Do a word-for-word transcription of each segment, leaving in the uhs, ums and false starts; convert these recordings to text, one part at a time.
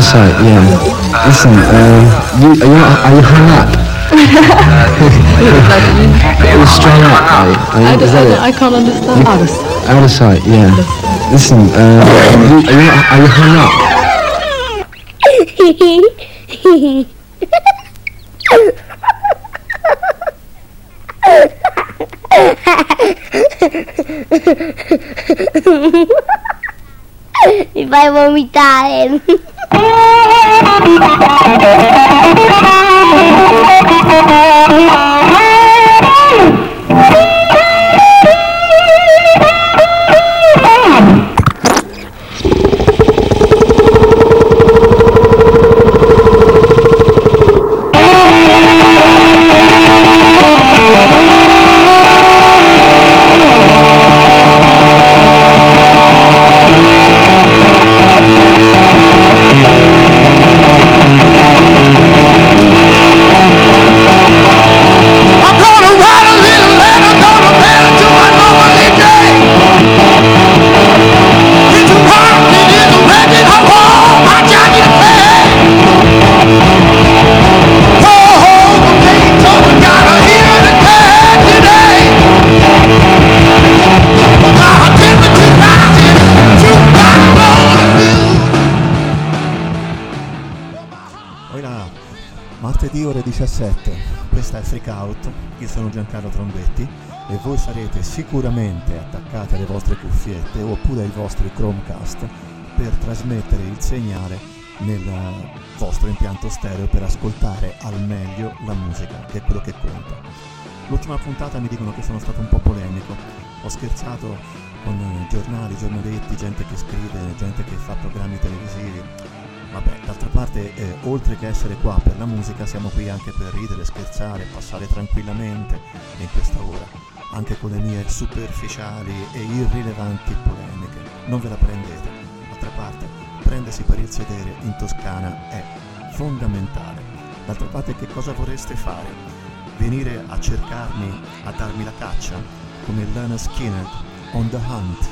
sight, yeah. Listen, uh, you, are, you, are you hung up? You're strung up, are you? Are you, I, is that I, it? I can't understand. Out of Out of sight, yeah. Listen, uh, you, are, you, are you hung up? Mi fai vomitare. diciassette, questa è Freak Out, io sono Giancarlo Trombetti e voi sarete sicuramente attaccati alle vostre cuffiette oppure ai vostri Chromecast per trasmettere il segnale nel vostro impianto stereo per ascoltare al meglio la musica, che è quello che conta. L'ultima puntata mi dicono che sono stato un po' polemico, ho scherzato con giornali, giornaletti, gente che scrive, gente che fa programmi televisivi. Vabbè, d'altra parte, eh, oltre che essere qua per la musica, siamo qui anche per ridere, scherzare, passare tranquillamente in questa ora, anche con le mie superficiali e irrilevanti polemiche. Non ve la prendete. D'altra parte, prendersi per il sedere in Toscana è fondamentale. D'altra parte, che cosa vorreste fare? Venire a cercarmi, a darmi la caccia, come Lana Skinner, On the Hunt?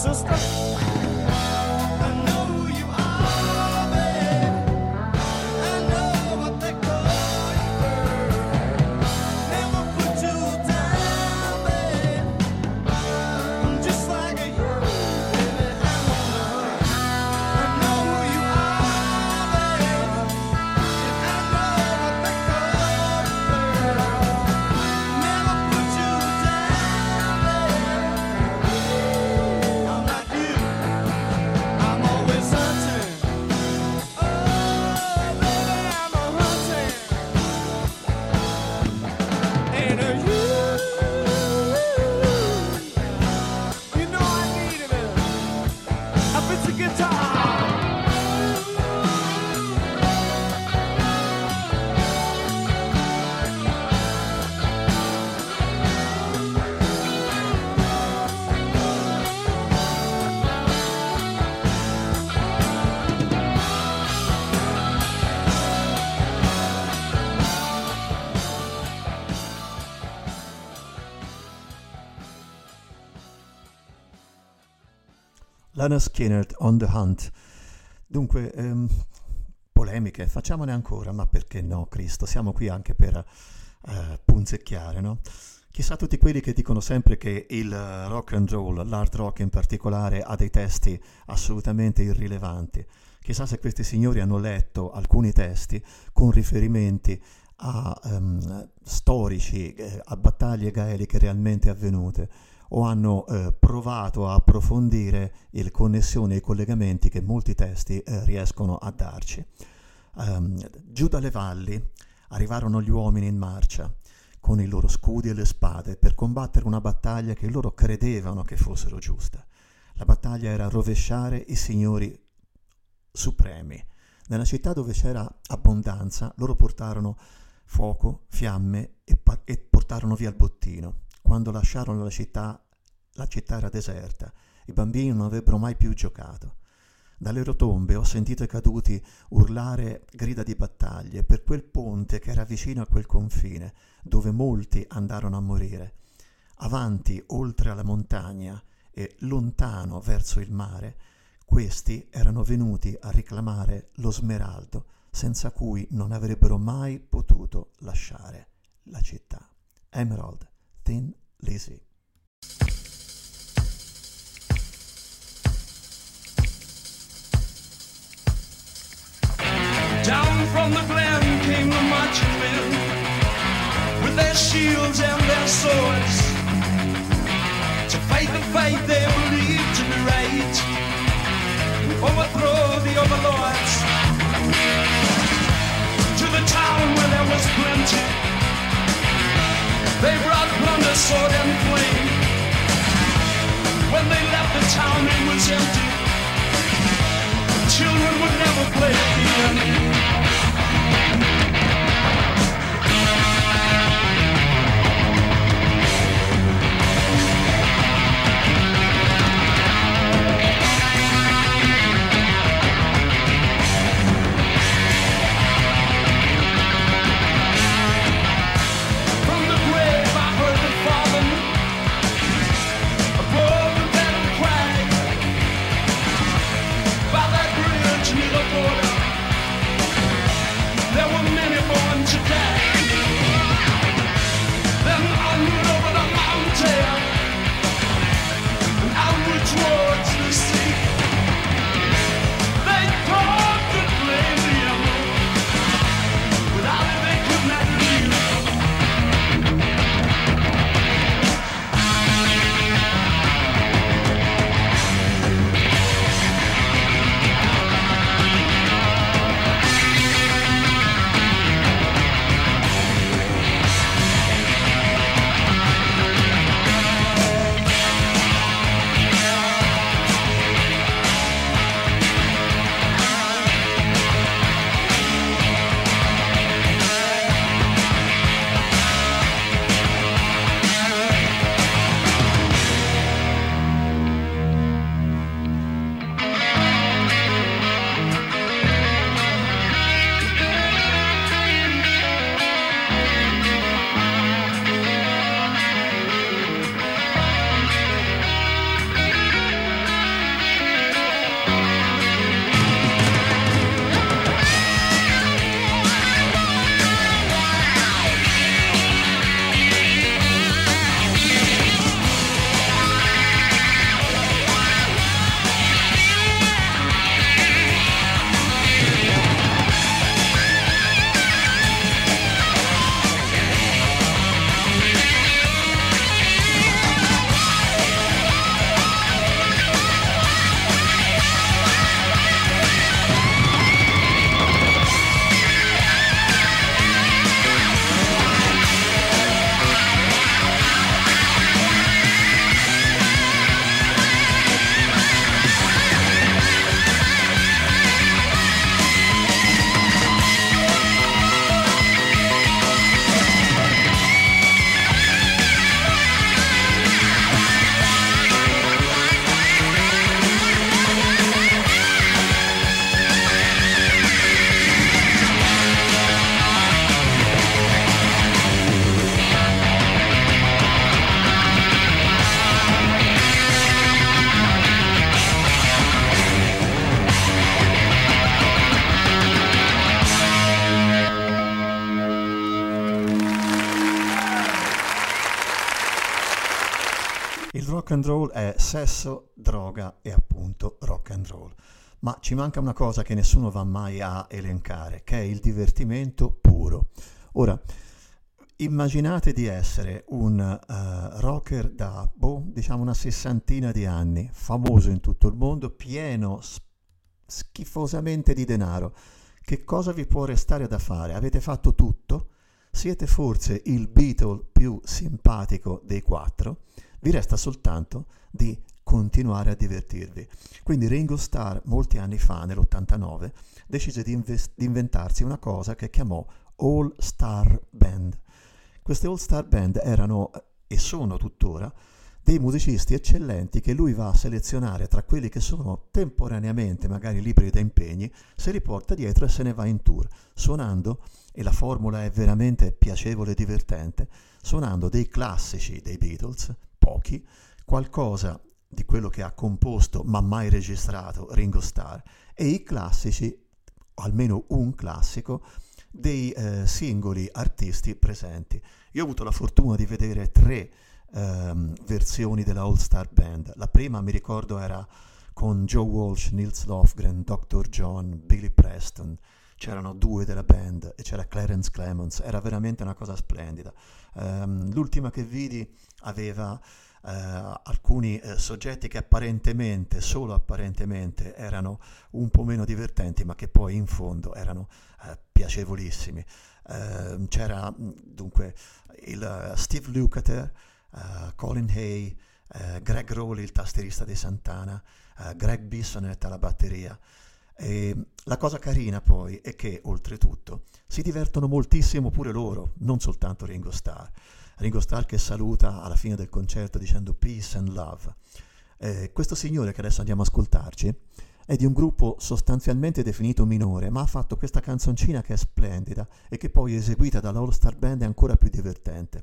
Lynyrd Skynyrd, On the Hunt. Dunque, ehm, polemiche, facciamone ancora, ma perché no, Cristo? Siamo qui anche per eh, punzecchiare, no? Chissà tutti quelli che dicono sempre che il rock and roll, l'hard rock in particolare, ha dei testi assolutamente irrilevanti. Chissà se questi signori hanno letto alcuni testi con riferimenti a um, storici, eh, a battaglie gaeliche realmente avvenute, o hanno eh, provato a approfondire le connessioni e i collegamenti che molti testi eh, riescono a darci. Um, giù dalle valli arrivarono gli uomini in marcia con i loro scudi e le spade per combattere una battaglia che loro credevano che fossero giusta. La battaglia era rovesciare i signori supremi. Nella città dove c'era abbondanza loro portarono fuoco, fiamme e, pa- e portarono via il bottino. Quando lasciarono la città, la città era deserta, i bambini non avrebbero mai più giocato. Dalle loro tombe ho sentito i caduti urlare grida di battaglie per quel ponte che era vicino a quel confine, dove molti andarono a morire. Avanti, oltre alla montagna e lontano verso il mare, questi erano venuti a reclamare lo smeraldo, senza cui non avrebbero mai potuto lasciare la città. Emerald, Thin Lizzy. Down from the glen came the marching men with their shields and their swords to fight the fight they believed to be right and overthrow the overlords. To the town where there was plenty they brought plunder, sword and flame. When they left the town it was empty. Children would never play again. rock and roll è sesso, droga e appunto rock and roll. Ma ci manca una cosa che nessuno va mai a elencare, che è il divertimento puro. Ora, immaginate di essere un uh, rocker da, boh, diciamo una sessantina di anni, famoso in tutto il mondo, pieno schifosamente di denaro. Che cosa vi può restare da fare? Avete fatto tutto? Siete forse il Beatle più simpatico dei quattro? Vi resta soltanto di continuare a divertirvi. Quindi Ringo Starr, molti anni fa, nell'ottantanove, decise di, invest- di inventarsi una cosa che chiamò All Star Band. Queste All Star Band erano, e sono tuttora, dei musicisti eccellenti che lui va a selezionare tra quelli che sono temporaneamente magari liberi da impegni, se li porta dietro e se ne va in tour, suonando, e la formula è veramente piacevole e divertente, suonando dei classici dei Beatles, pochi, qualcosa di quello che ha composto ma mai registrato Ringo Starr, e i classici, almeno un classico, dei eh, singoli artisti presenti. Io ho avuto la fortuna di vedere tre Um, versioni della All Star Band. La prima, mi ricordo, era con Joe Walsh, Nils Lofgren, doctor John, Billy Preston. C'erano due della band e c'era Clarence Clemons. Era veramente una cosa splendida. Um, l'ultima che vidi aveva uh, alcuni uh, soggetti che apparentemente, solo apparentemente, erano un po' meno divertenti, ma che poi in fondo erano uh, piacevolissimi. Uh, c'era dunque il uh, Steve Lukather, Uh, Colin Hay, uh, Greg Rowley, il tastierista dei Santana, uh, Greg Bissonette alla batteria. E la cosa carina poi è che oltretutto si divertono moltissimo pure loro, non soltanto Ringo Starr. Ringo Starr che saluta alla fine del concerto dicendo peace and love. Eh, questo signore che adesso andiamo a ascoltarci è di un gruppo sostanzialmente definito minore, ma ha fatto questa canzoncina che è splendida e che poi eseguita dall'All Star Band è ancora più divertente.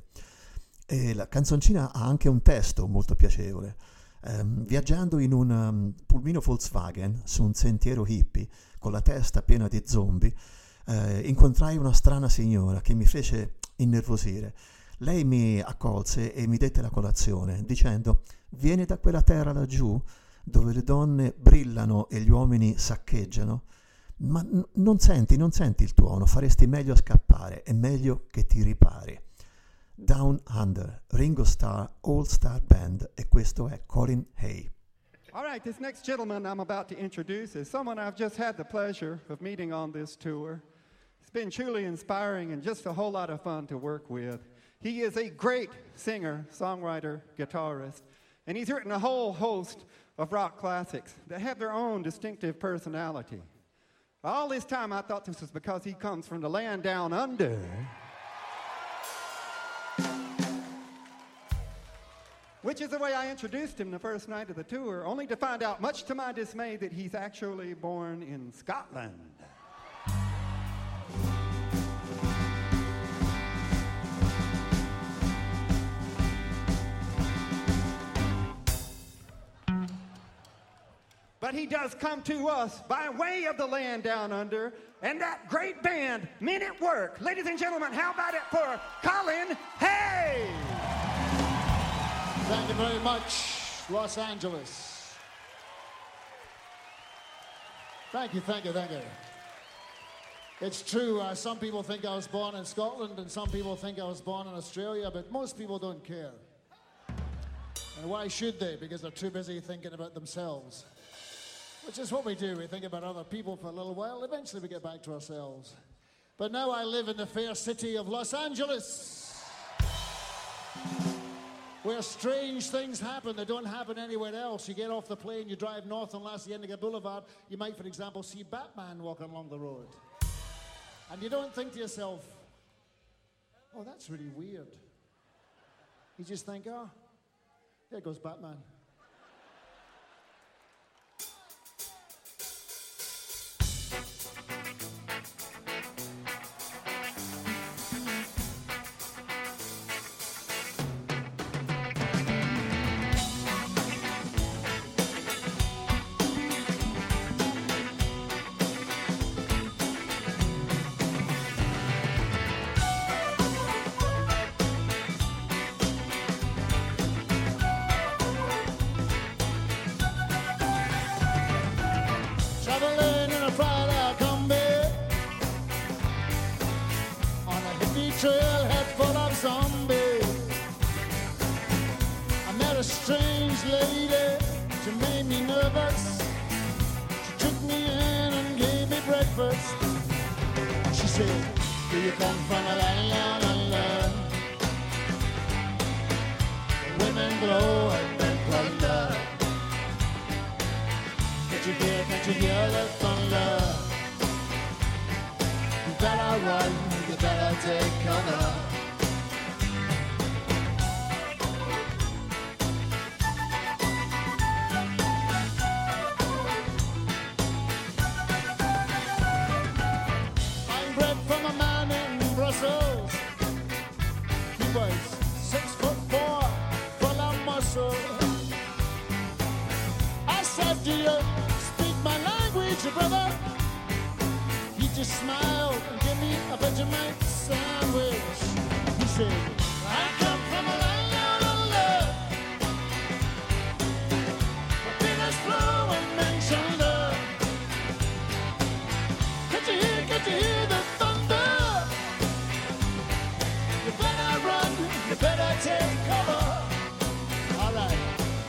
E la canzoncina ha anche un testo molto piacevole. Um, viaggiando in un um, pulmino Volkswagen su un sentiero hippie con la testa piena di zombie, eh, incontrai una strana signora che mi fece innervosire. Lei mi accolse e mi dette la colazione dicendo: vieni da quella terra laggiù dove le donne brillano e gli uomini saccheggiano, ma n- non senti, non senti il tuono, faresti meglio a scappare, è meglio che ti ripari. Down Under, Ringo Starr, All Star Band, e questo è Colin Hay. All right, this next gentleman I'm about to introduce is someone I've just had the pleasure of meeting on this tour. It's been truly inspiring and just a whole lot of fun to work with. He is a great singer, songwriter, guitarist, and he's written a whole host of rock classics that have their own distinctive personality. All this time I thought this was because he comes from the land down under. Which is the way I introduced him the first night of the tour, only to find out, much to my dismay, that he's actually born in Scotland. But he does come to us by way of the land down under, and that great band, Men at Work. Ladies and gentlemen, how about it for Colin Hay? Thank you very much, Los Angeles. Thank you, thank you, thank you. It's true, uh, some people think I was born in Scotland and some people think I was born in Australia, but most people don't care. And why should they? Because they're too busy thinking about themselves. Which is what we do, we think about other people for a little while, eventually we get back to ourselves. But now I live in the fair city of Los Angeles, where strange things happen that don't happen anywhere else. You get off the plane, you drive north on La Cienega Boulevard, you might, for example, see Batman walking along the road. And you don't think to yourself, oh, that's really weird. You just think, oh, there goes Batman. Chinese lady, she made me nervous. She took me in and gave me breakfast. She said, do you come from a land down under? Women glow and men plunder. Can't you hear, can't you hear the thunder? You better run, you better take cover. Brother, he just smiled and gave me a Vegemite sandwich. He said, I come from a land down under, where business flow and men shunder. Can't you hear, can't you hear the thunder? You better run, you better take cover. All right.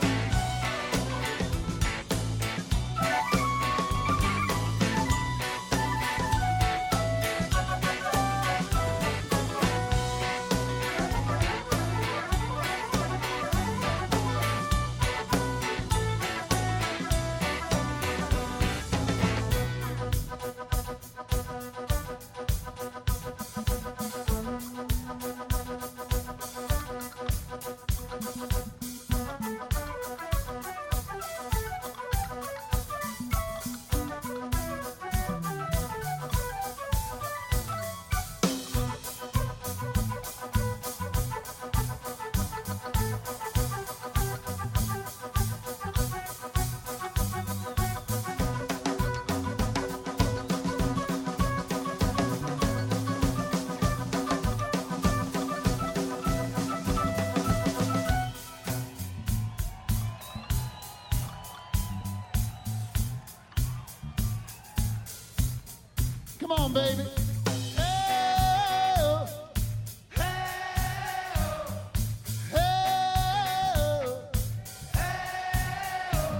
Come on, baby. Hey, oh. Hey, oh. Hey, oh. Hey, oh.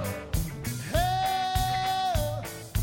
Hey, oh.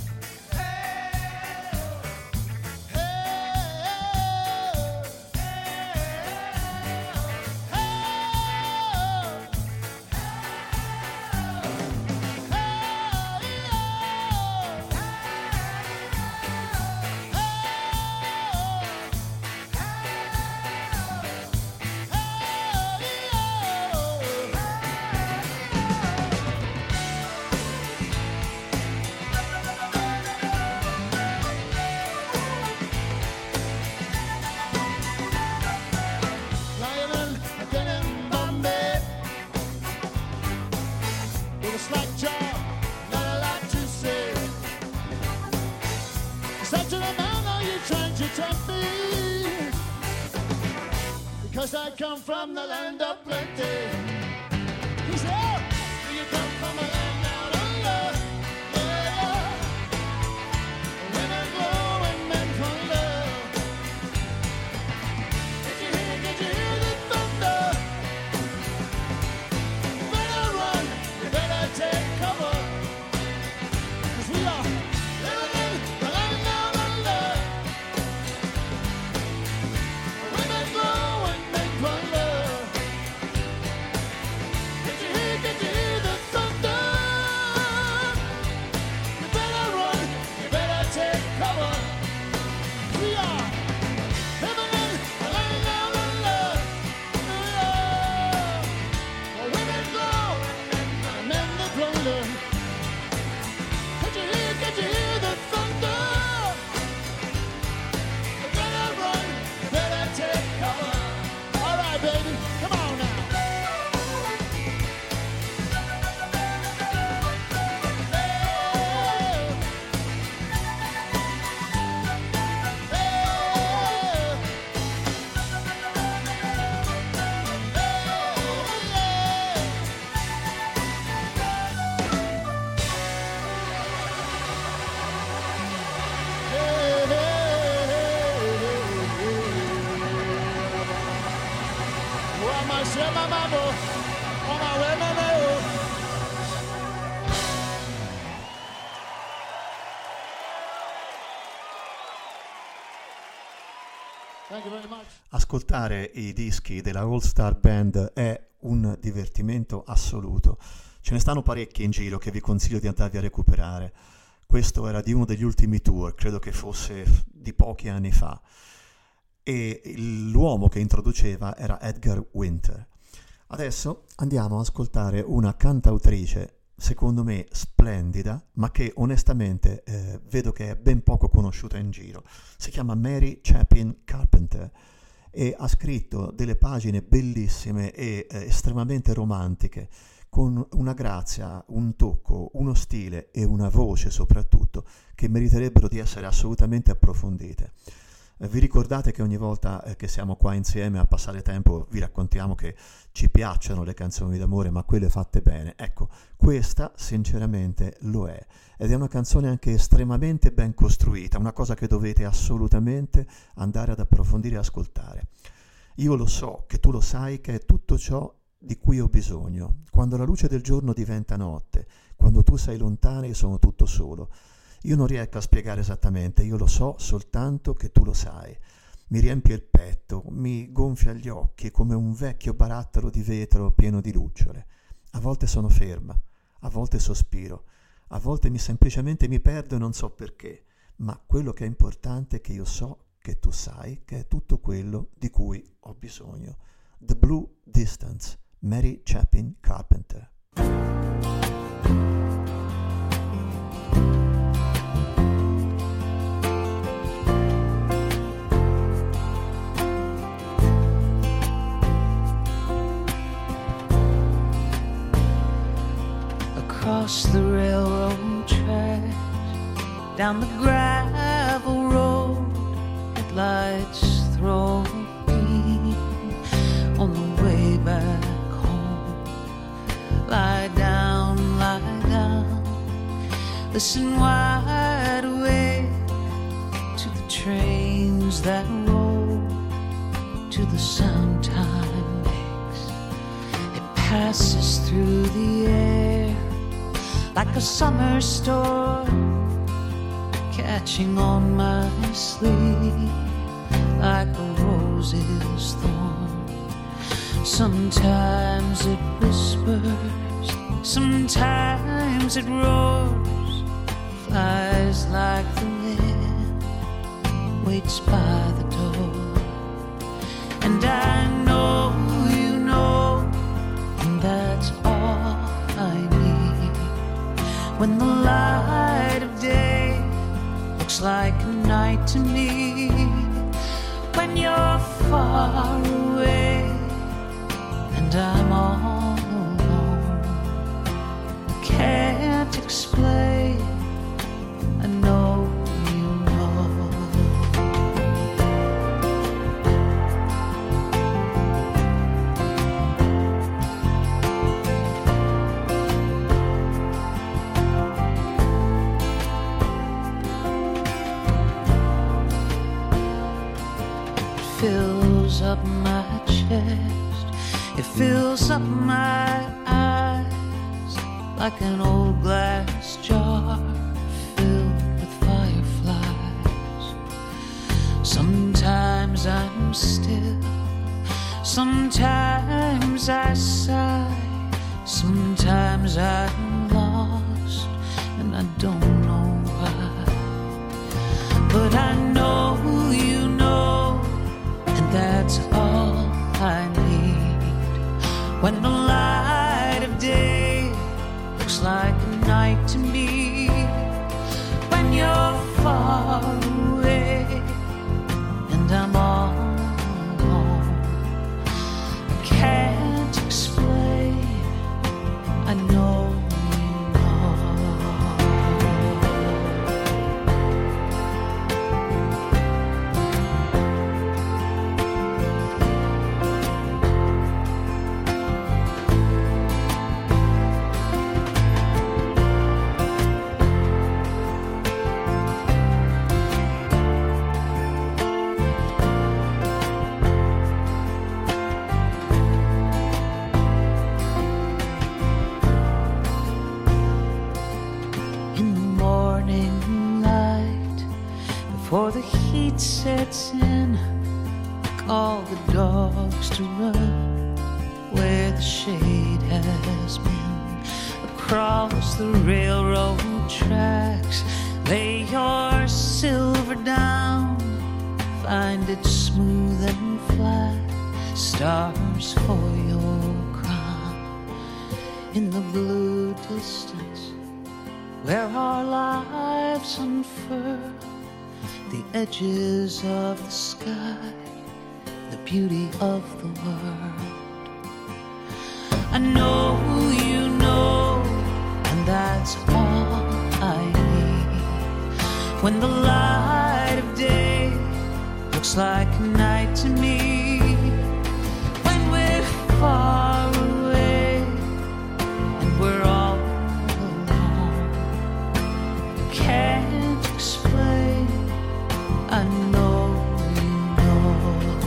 Because I come from the land of plenty. He said, do you come from a land down under? Yeah. Women glow and men plunder. Did you hear, did you hear the thunder? You better run, you better take cover. Cause we are living in the land down under. Women glow and men plunder. Did you hear, did you hear the thunder? You better run, you better take cover. We are living in the land down under. Yeah. Women glow and men they plunder. Did you hear, did you hear the thunder? You better run, you better take cover. All right, baby, come on now. Well, my share my mambo, on my way, my way. Thank you very much. Ascoltare i dischi della All Star Band è un divertimento assoluto. Ce ne stanno parecchi in giro che vi consiglio di andarvi a recuperare. Questo era di uno degli ultimi tour, credo che fosse di pochi anni fa. E l'uomo che introduceva era Edgar Winter. Adesso andiamo ad ascoltare una cantautrice, secondo me splendida, ma che onestamente eh, vedo che è ben poco conosciuta in giro. Si chiama Mary Chapin Carpenter e ha scritto delle pagine bellissime e eh, estremamente romantiche, con una grazia, un tocco, uno stile e una voce soprattutto che meriterebbero di essere assolutamente approfondite. Eh, vi ricordate che ogni volta eh, che siamo qua insieme a passare tempo vi raccontiamo che ci piacciono le canzoni d'amore, ma quelle fatte bene. Ecco, questa sinceramente lo è, ed è una canzone anche estremamente ben costruita, una cosa che dovete assolutamente andare ad approfondire e ascoltare. Io lo so, che tu lo sai, che è tutto ciò di cui ho bisogno, quando la luce del giorno diventa notte, quando tu sei lontana e sono tutto solo. Io non riesco a spiegare esattamente, io lo so soltanto che tu lo sai. Mi riempie il petto, mi gonfia gli occhi come un vecchio barattolo di vetro pieno di lucciole. A volte sono ferma, a volte sospiro, a volte mi semplicemente mi perdo e non so perché, ma quello che è importante è che io so che tu sai che è tutto quello di cui ho bisogno. The Blue Distance, Mary Chapin Carpenter. Across the railroad tracks, down the gravel road, headlights throw me on the way back home. Lie down, lie down, listen wide awake to the trains that roll, to the sound time makes. It passes through the air like a summer storm, catching on my sleeve like a rose's thorn. Sometimes it whispers, sometimes it roars, flies like the wind, waits by the door. And I know you know, and that's all I need. When the light of day looks like a night to me, when you're far away and I'm all alone, can't explain, I know you know. Fills up my chest, it fills up my eyes like an old glass jar filled with fireflies. Sometimes I'm still, sometimes I sigh, sometimes I'm lost and I don't know why. But I know you know, and that's all I need. When the light of day looks like a night to me, when you're far away and I'm all alone, I can't explain, I know. Before the heat sets in, all the dogs to run where the shade has been. Across the railroad tracks, lay your silver down, find it smooth and flat, stars for your crown. In the blue distance, where our lives unfurl, the edges of the sky, the beauty of the world. I know you know, and that's all I need. When the light of day looks like night to me, when we're far away and we're all alone, can't explain, I know you know.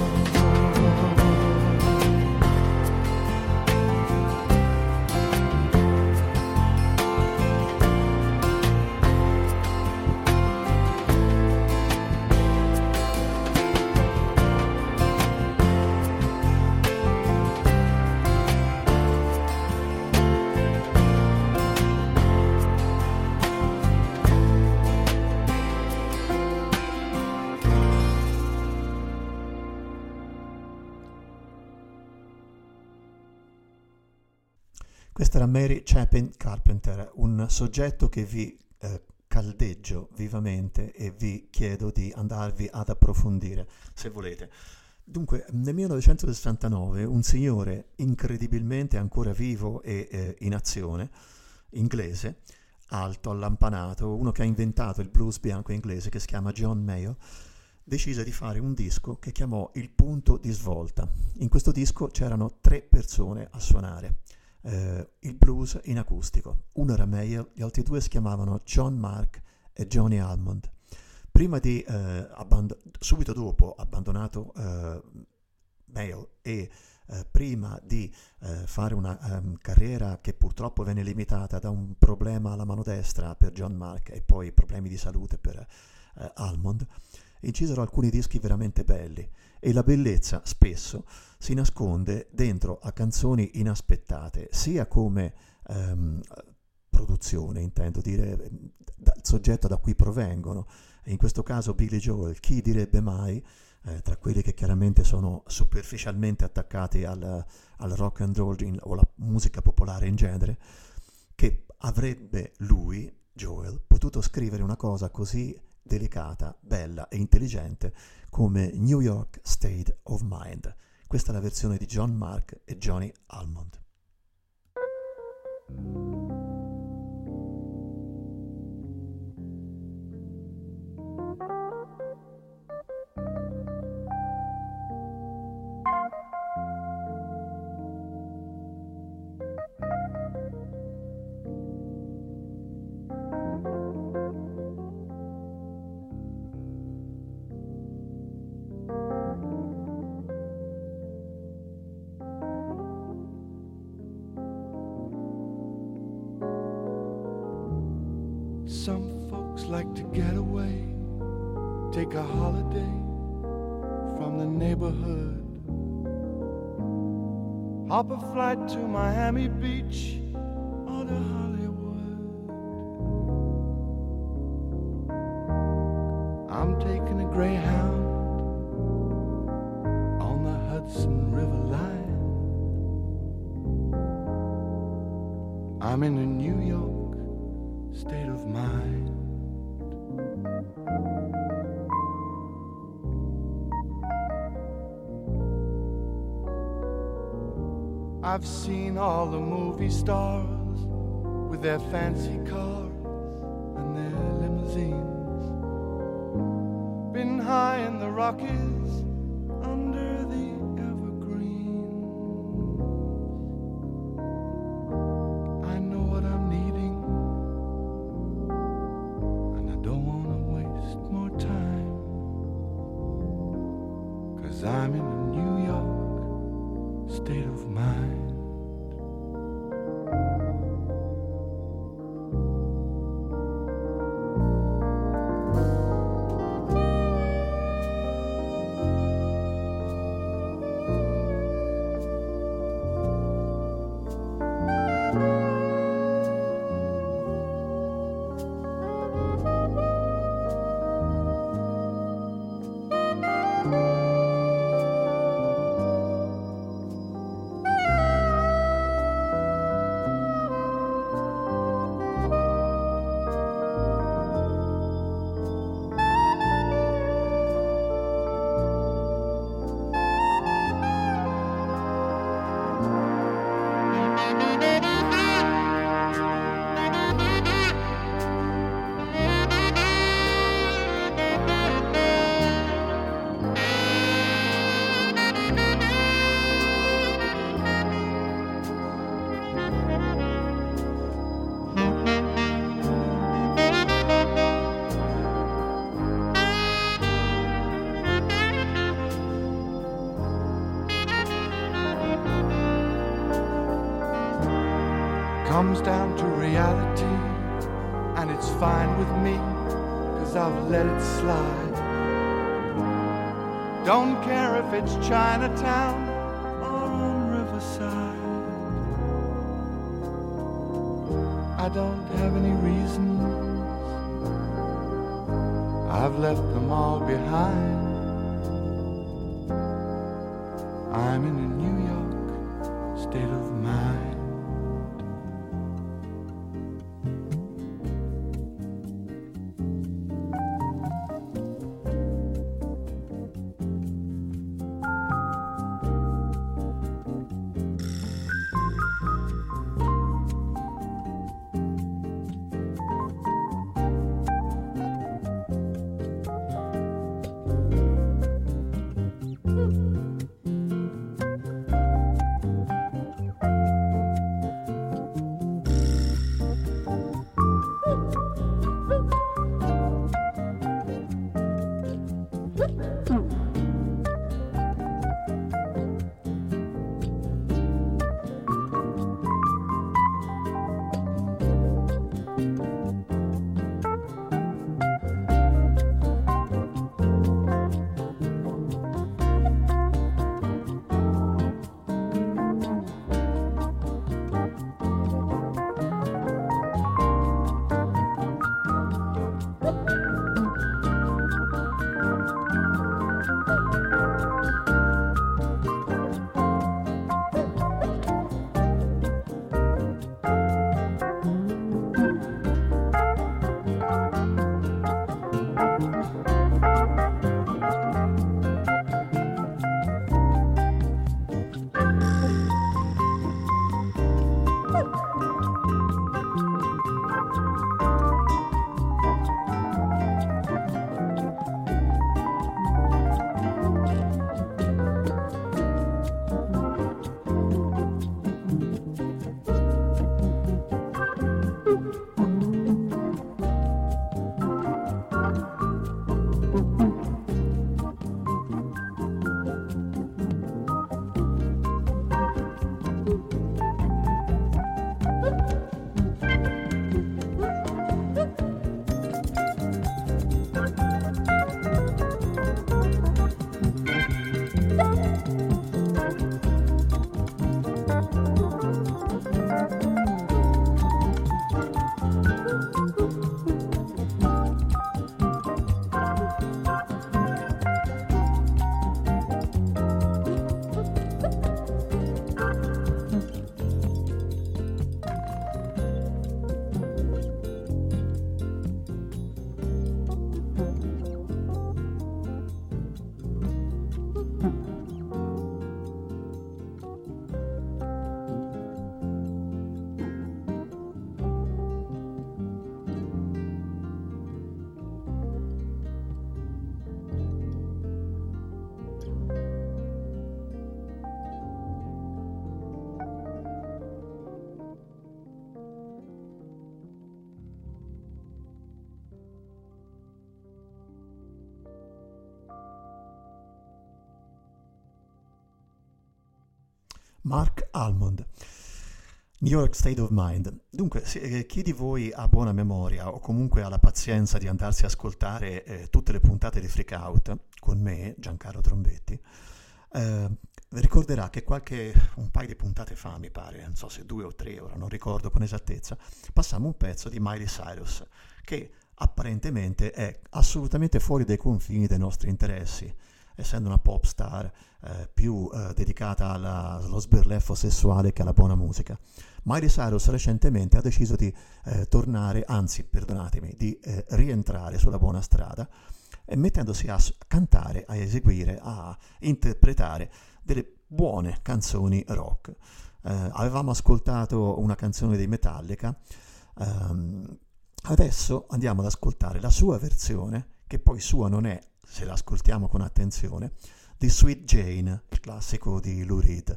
Questa era Mary Chapin Carpenter, un soggetto che vi eh, caldeggio vivamente e vi chiedo di andarvi ad approfondire, se volete. Dunque, nel millenovecentosessantanove un signore incredibilmente ancora vivo e eh, in azione, inglese, alto, allampanato, uno che ha inventato il blues bianco inglese, che si chiama John Mayall, decise di fare un disco che chiamò Il punto di svolta. In questo disco c'erano tre persone a suonare eh, il blues in acustico. Uno era Mayall, gli altri due si chiamavano John Mark e Johnny Almond. Prima di, eh, abband- subito dopo, abbandonato eh, Mayall e eh, prima di eh, fare una um, carriera che purtroppo venne limitata da un problema alla mano destra per John Mark e poi problemi di salute per eh, Almond, incisero alcuni dischi veramente belli, e la bellezza spesso si nasconde dentro a canzoni inaspettate, sia come um, produzione, intendo dire, dal soggetto da cui provengono. In questo caso Billy Joel, chi direbbe mai, eh, tra quelli che chiaramente sono superficialmente attaccati al, al rock and roll in, o alla musica popolare in genere, che avrebbe lui, Joel, potuto scrivere una cosa così delicata, bella e intelligente come New York State of Mind. Questa è la versione di John Mark e Johnny Almond. Some folks like to get away, take a holiday from the neighborhood, hop a flight to Miami Beach or to Hollywood. I'm taking a Greyhound on the Hudson River line. I'm in a New York state of mind. I've seen all the movie stars with their fancy cars and their limousines, been high in the Rockies under the evergreens. I know what I'm needing, don't wanna waste more time, 'cause I'm in a New York state of mind. comes down to reality, and it's fine with me, 'cause I've let it slide. Don't care if it's Chinatown or on Riverside. I don't have any reasons, I've left them all behind. I'm in a New York state of mind. Mark Almond, New York State of Mind. Dunque, se, eh, chi di voi ha buona memoria o comunque ha la pazienza di andarsi a ascoltare eh, tutte le puntate di Freak Out con me, Giancarlo Trombetti, eh, ricorderà che qualche un paio di puntate fa, mi pare, non so se due o tre, ora non ricordo con esattezza, passammo un pezzo di Miley Cyrus che apparentemente è assolutamente fuori dai confini dei nostri interessi, essendo una pop star eh, più eh, dedicata alla, allo sberleffo sessuale che alla buona musica. Miley Cyrus recentemente ha deciso di eh, tornare, anzi, perdonatemi, di eh, rientrare sulla buona strada, e mettendosi a cantare, a eseguire, a interpretare delle buone canzoni rock. Eh, avevamo ascoltato una canzone dei Metallica, ehm, adesso andiamo ad ascoltare la sua versione, che poi sua non è, se la ascoltiamo con attenzione, di Sweet Jane, il classico di Lou Reed.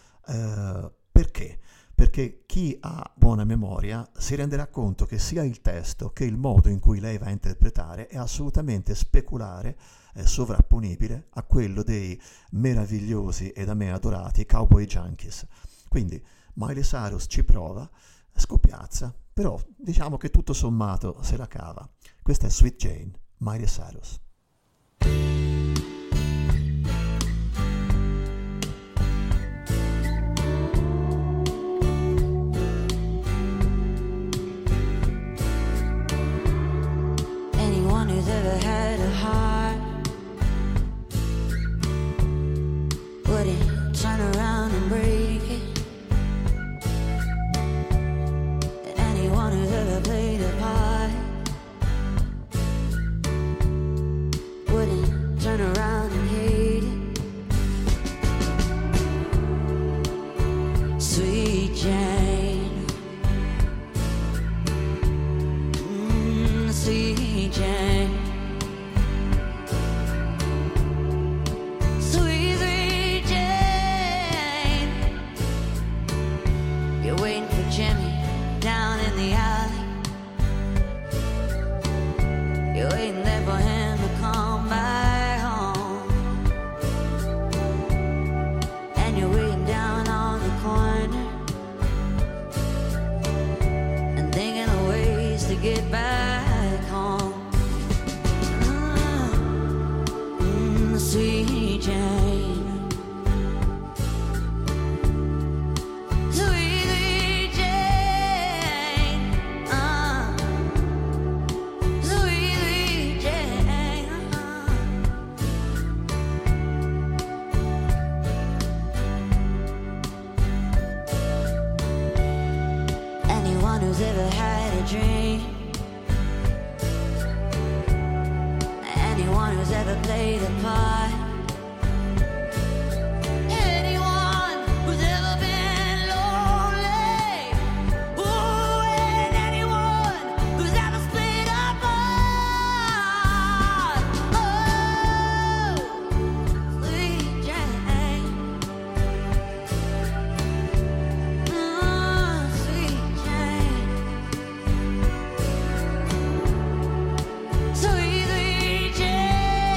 Eh, perché? Perché chi ha buona memoria si renderà conto che sia il testo che il modo in cui lei va a interpretare è assolutamente speculare, eh, sovrapponibile a quello dei meravigliosi e da me adorati Cowboy Junkies. Quindi Miley Cyrus ci prova, scoppiazza, però diciamo che tutto sommato se la cava. Questa è Sweet Jane, Miley Cyrus. Anyone who's ever had a heart wouldn't turn around and break it. And anyone who's ever played a part wouldn't turn around and hate it. Sweet Jane, mm, Sweet Jane. Sweet, sweet Jane. You're waiting for Jimmy down in the alley. You're waiting there for him to come back home. And you're waiting down on the corner and thinking of ways to get back home. Mm, Sweet Jane. Sweet, sweet Jane. Uh, Sweet, sweet Jane. Uh. Anyone who's ever had a dream, anyone who's ever played a part, anyone who's ever been lonely, ooh, and anyone who's ever split apart. Oh, Sweet Jane. Mm, Sweet Jane. Sweet, sweet Jane.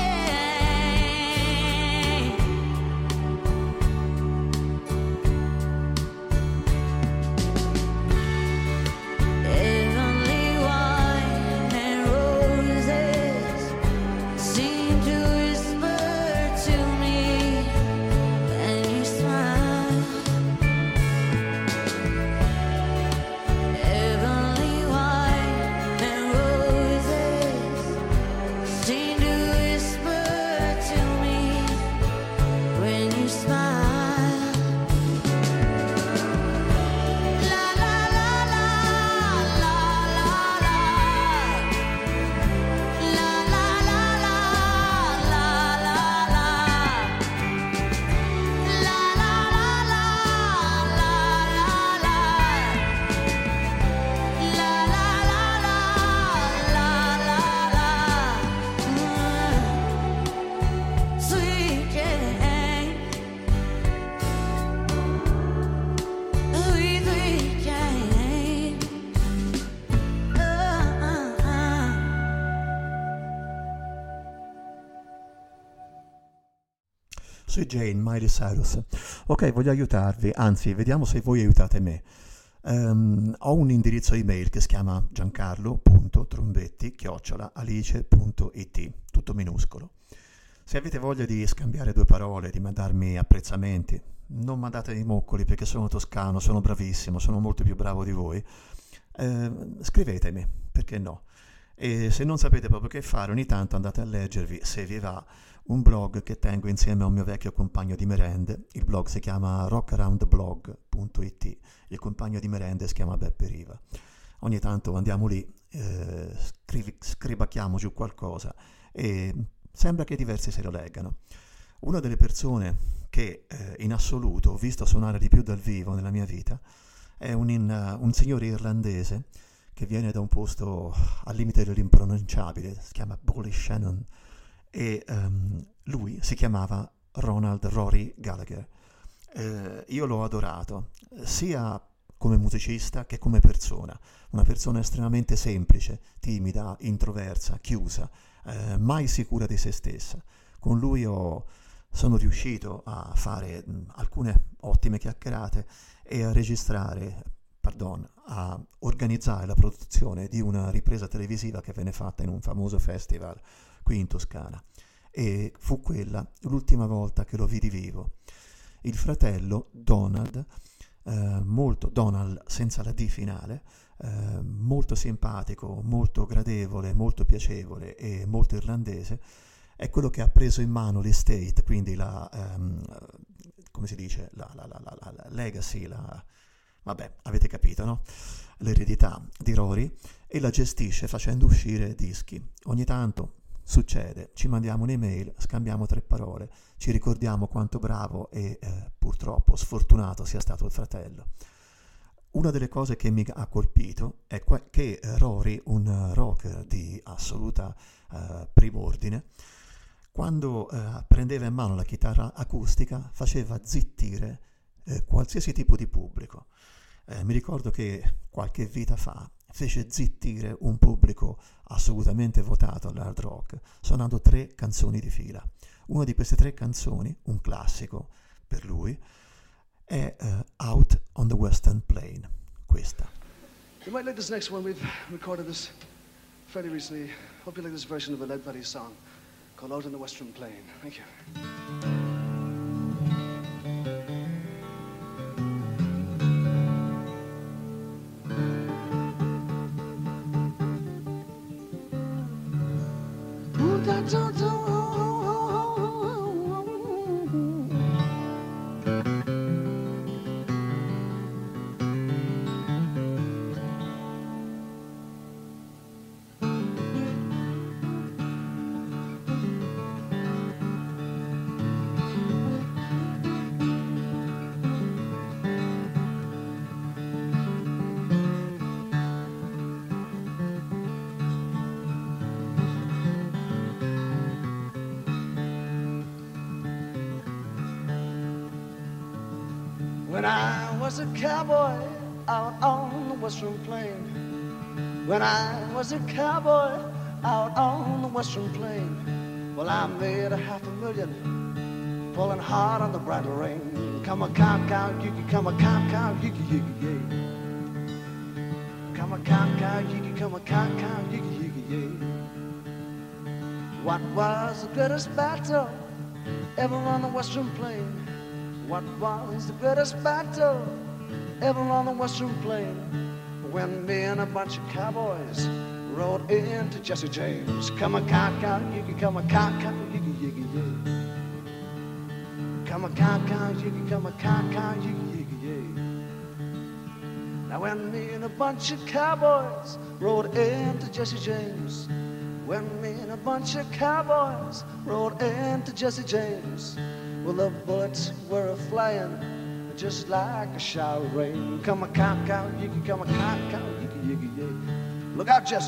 Heavenly wine and roses seem to whisper to me when you smile. Heavenly wine and roses seem to whisper to me when you smile. La la la la la la la. La la la la la la la. La la la la la la la. La la la la la la la. Mm. Sweet Jane. Sweet, sweet Jane. Uh, uh, uh. Sweet Jane, Miley Cyrus. Ok, voglio aiutarvi, anzi, vediamo se voi aiutate me. Ehm, ho un indirizzo email che si chiama giancarlo punto trombetti chiocciola alice punto it, tutto minuscolo. Se avete voglia di scambiare due parole, di mandarmi apprezzamenti, non mandate i moccoli perché sono toscano, sono bravissimo, sono molto più bravo di voi, eh, scrivetemi, perché no? E se non sapete proprio che fare, ogni tanto andate a leggervi, se vi va, un blog che tengo insieme a un mio vecchio compagno di merende. Il blog si chiama rock around blog punto it, il compagno di merende si chiama Beppe Riva. Ogni tanto andiamo lì, eh, scrivi, scribacchiamo giù qualcosa e sembra che diversi se lo leggano. Una delle persone che eh, in assoluto ho visto suonare di più dal vivo nella mia vita è un, in, un signore irlandese che viene da un posto al limite dell'impronunciabile, si chiama Ballyshannon, e um, lui si chiamava Ronald Rory Gallagher. Eh, io l'ho adorato, sia come musicista che come persona, una persona estremamente semplice, timida, introversa, chiusa, eh, mai sicura di se stessa. Con lui ho, sono riuscito a fare mh, alcune ottime chiacchierate e a registrare pardon, a organizzare la produzione di una ripresa televisiva che venne fatta in un famoso festival qui in Toscana, e fu quella l'ultima volta che lo vidi vivo. Il fratello Donald, eh, molto Donald senza la D finale, eh, molto simpatico, molto gradevole, molto piacevole e molto irlandese, è quello che ha preso in mano l'estate, quindi la, ehm, come si dice, la, la, la, la, la legacy, la, vabbè, avete capito, no? L'eredità di Rory, e la gestisce facendo uscire dischi. Ogni tanto succede, ci mandiamo un'email, scambiamo tre parole, ci ricordiamo quanto bravo e eh, purtroppo sfortunato sia stato il fratello. Una delle cose che mi ha colpito è que- che eh, Rory, un rocker di assoluta eh, prim'ordine, quando eh, prendeva in mano la chitarra acustica faceva zittire eh, qualsiasi tipo di pubblico. Eh, mi ricordo che qualche vita fa fece zittire un pubblico assolutamente votato all'hard rock, suonando tre canzoni di fila. Una di queste tre canzoni, un classico per lui, è uh, Out on the Western Plain, questa. You might like this next one. We've recorded this fairly recently. Hope you like this version of a Lead Belly song called Out on the Western Plain. Thank you. When I was a cowboy out on the western plain, when I was a cowboy out on the western plain, well, I made a half a million pulling hard on the bridle rein. Come a cow cow, you can come a cow cow, you can you can yay. Come a cow cow, you can come a cow cow, you can you can yay. What was the greatest battle ever on the western plain? What was the greatest battle ever on the western plain? When me and a bunch of cowboys rode into Jesse James. Come a cow cow, you can come a cow cow, you can you can yay. Come a cow cow, you can come a cow cow, you can you can yay. Now when me and a bunch of cowboys rode into Jesse James, when me and a bunch of cowboys rode into Jesse James, well, the bullets were a-flying just like a shower of rain. Come a cow cow, you can come a cow cow, you can you can yay. Look out, Jesse.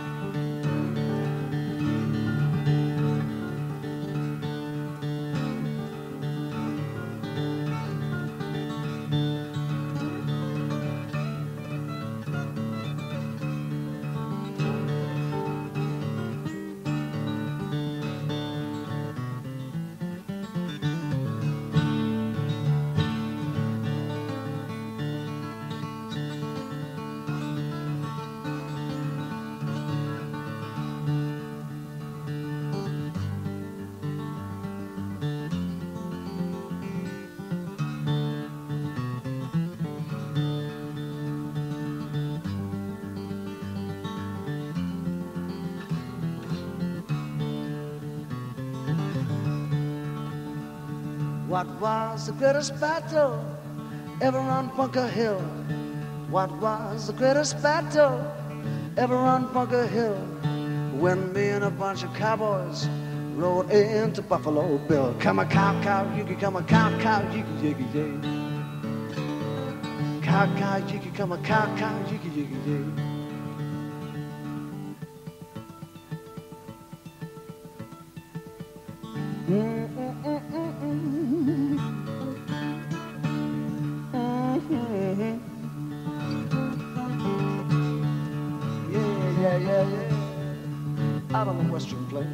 What was the greatest battle ever on Bunker Hill? What was the greatest battle ever on Bunker Hill? When me and a bunch of cowboys rode into Buffalo Bill. Come a cow cow, you can come a cow cow, you can you can yay. Cow cow, you can come a cow cow, you can you can yay. Yeah, yeah, yeah. Out on the western plain.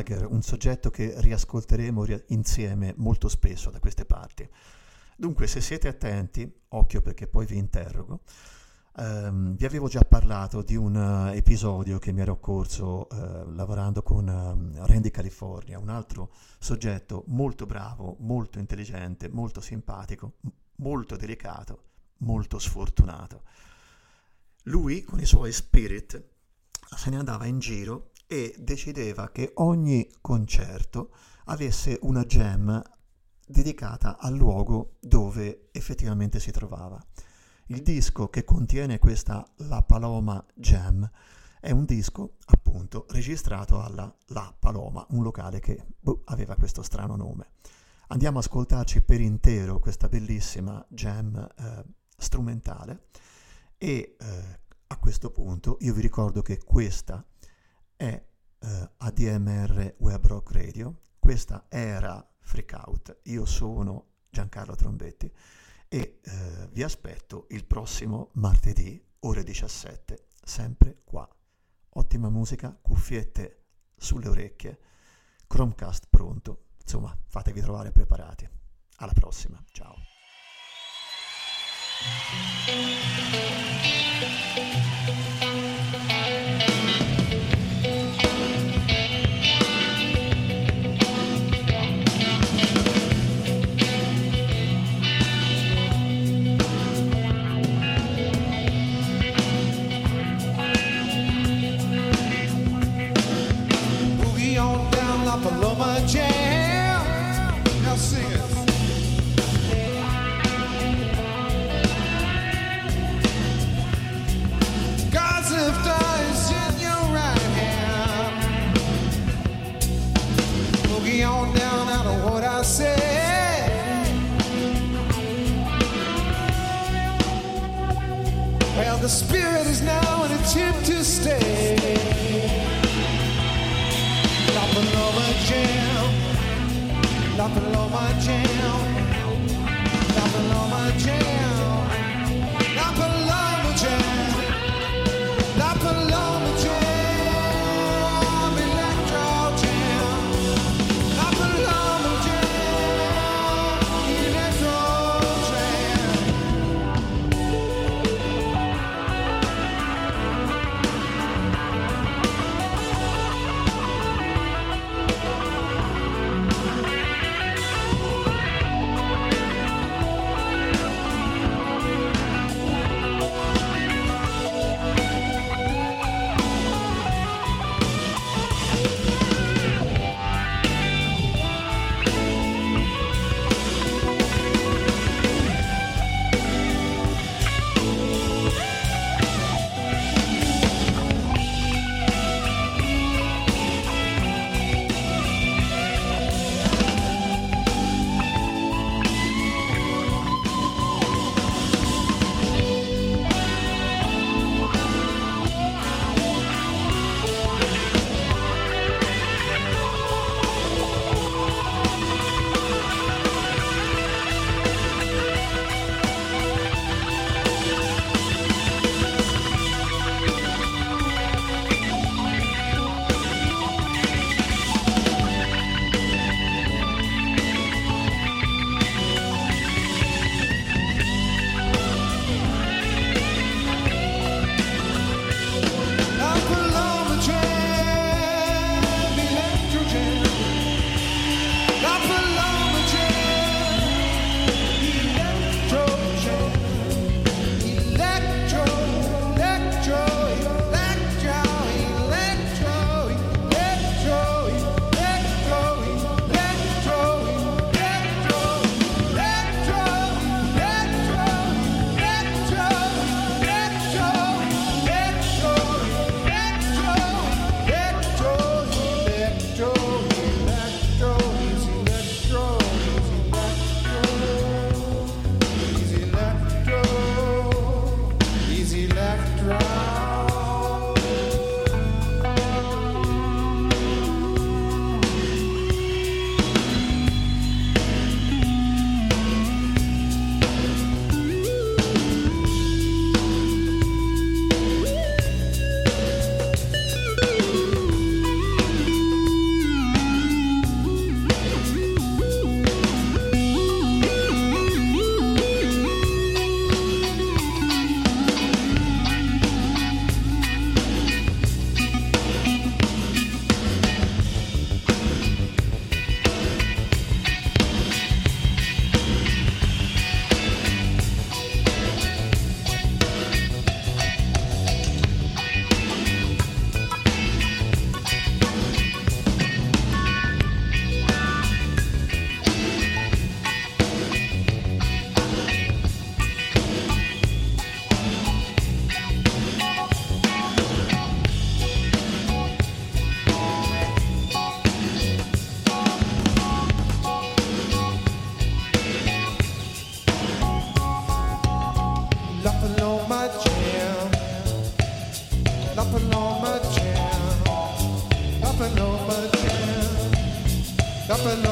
Jagger, un soggetto che riascolteremo ri- insieme molto spesso da queste parti. Dunque, se siete attenti, occhio perché poi vi interrogo, ehm, vi avevo già parlato di un uh, episodio che mi era occorso uh, lavorando con uh, Randy California, un altro soggetto molto bravo, molto intelligente, molto simpatico, m- molto delicato, molto sfortunato. Lui, con i suoi Spirit, se ne andava in giro e decideva che ogni concerto avesse una jam dedicata al luogo dove effettivamente si trovava. Il disco che contiene questa La Paloma Jam è un disco appunto registrato alla La Paloma, un locale che boh, aveva questo strano nome. Andiamo a ascoltarci per intero questa bellissima jam eh, strumentale e eh, a questo punto io vi ricordo che questa è eh, A D M R Web Rock Radio, questa era Freak Out, io sono Giancarlo Trombetti e eh, vi aspetto il prossimo martedì ore diciassette, sempre qua. Ottima musica, cuffiette sulle orecchie, Chromecast pronto, insomma fatevi trovare preparati. Alla prossima, ciao. Paloma Jam. Now sing it. God's left eyes in your right hand. Boogie on down out of what I said. Well, the spirit is now in a tip to stay. La Paloma Jam, La Paloma Jam, La Paloma Jam, La Paloma Jam, La Paloma Jam, Electro Jam, La Paloma Jam, Electro Jam.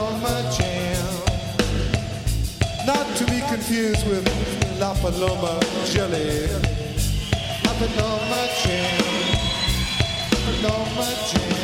Paloma jam. Not to be confused with La Paloma jelly. La Paloma jam. Paloma jam.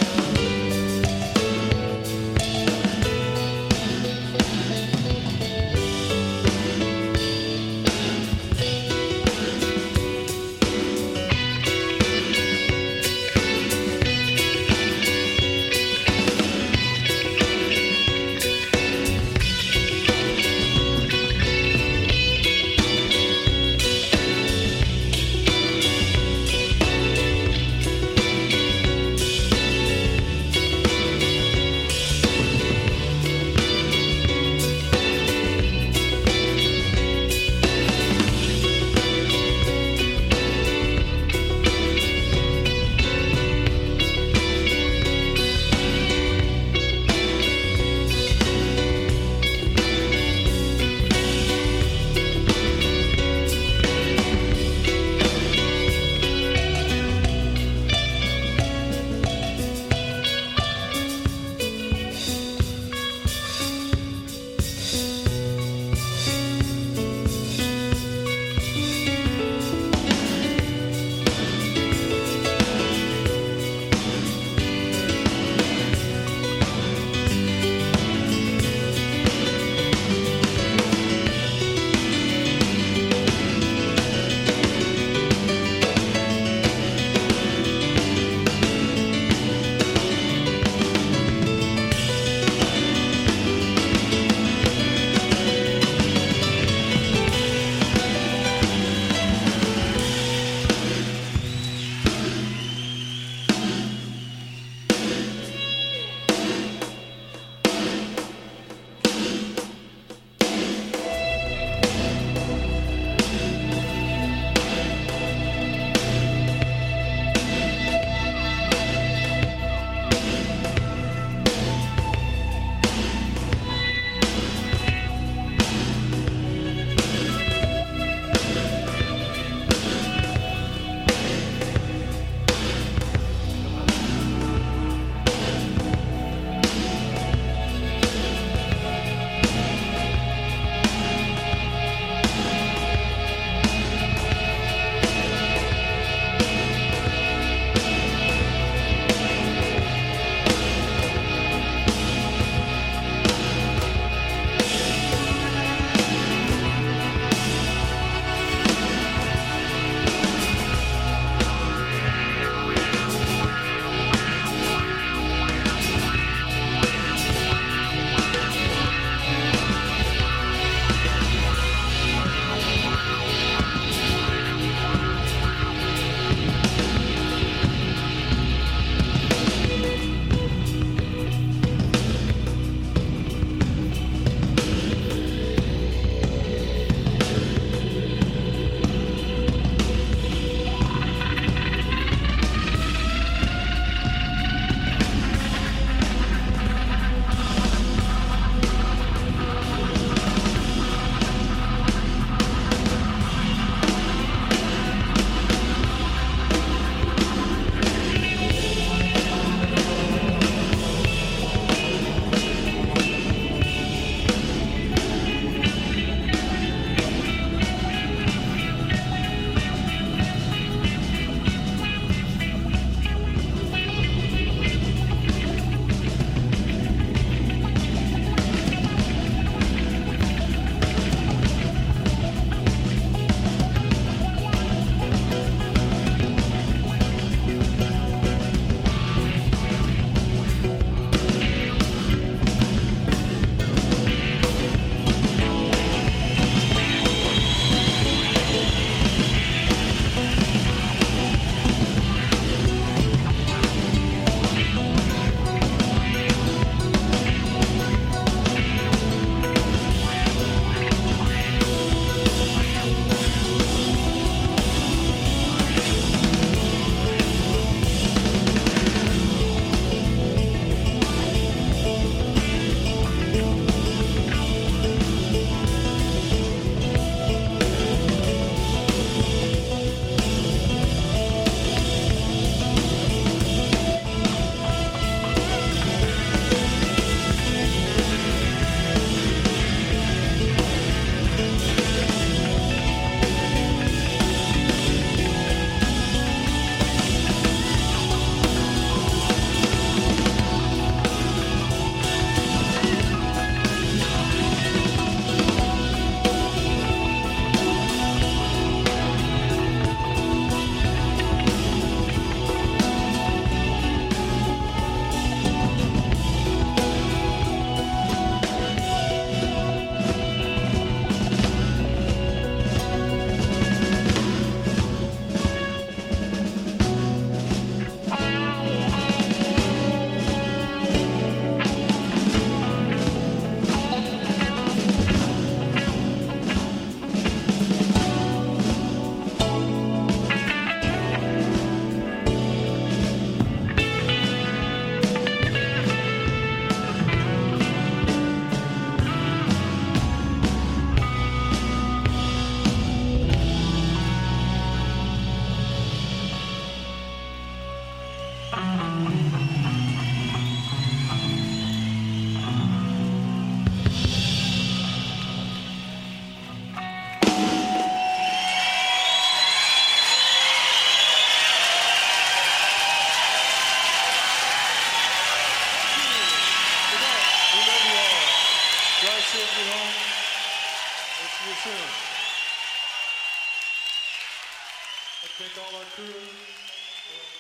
soon. I take all our crew.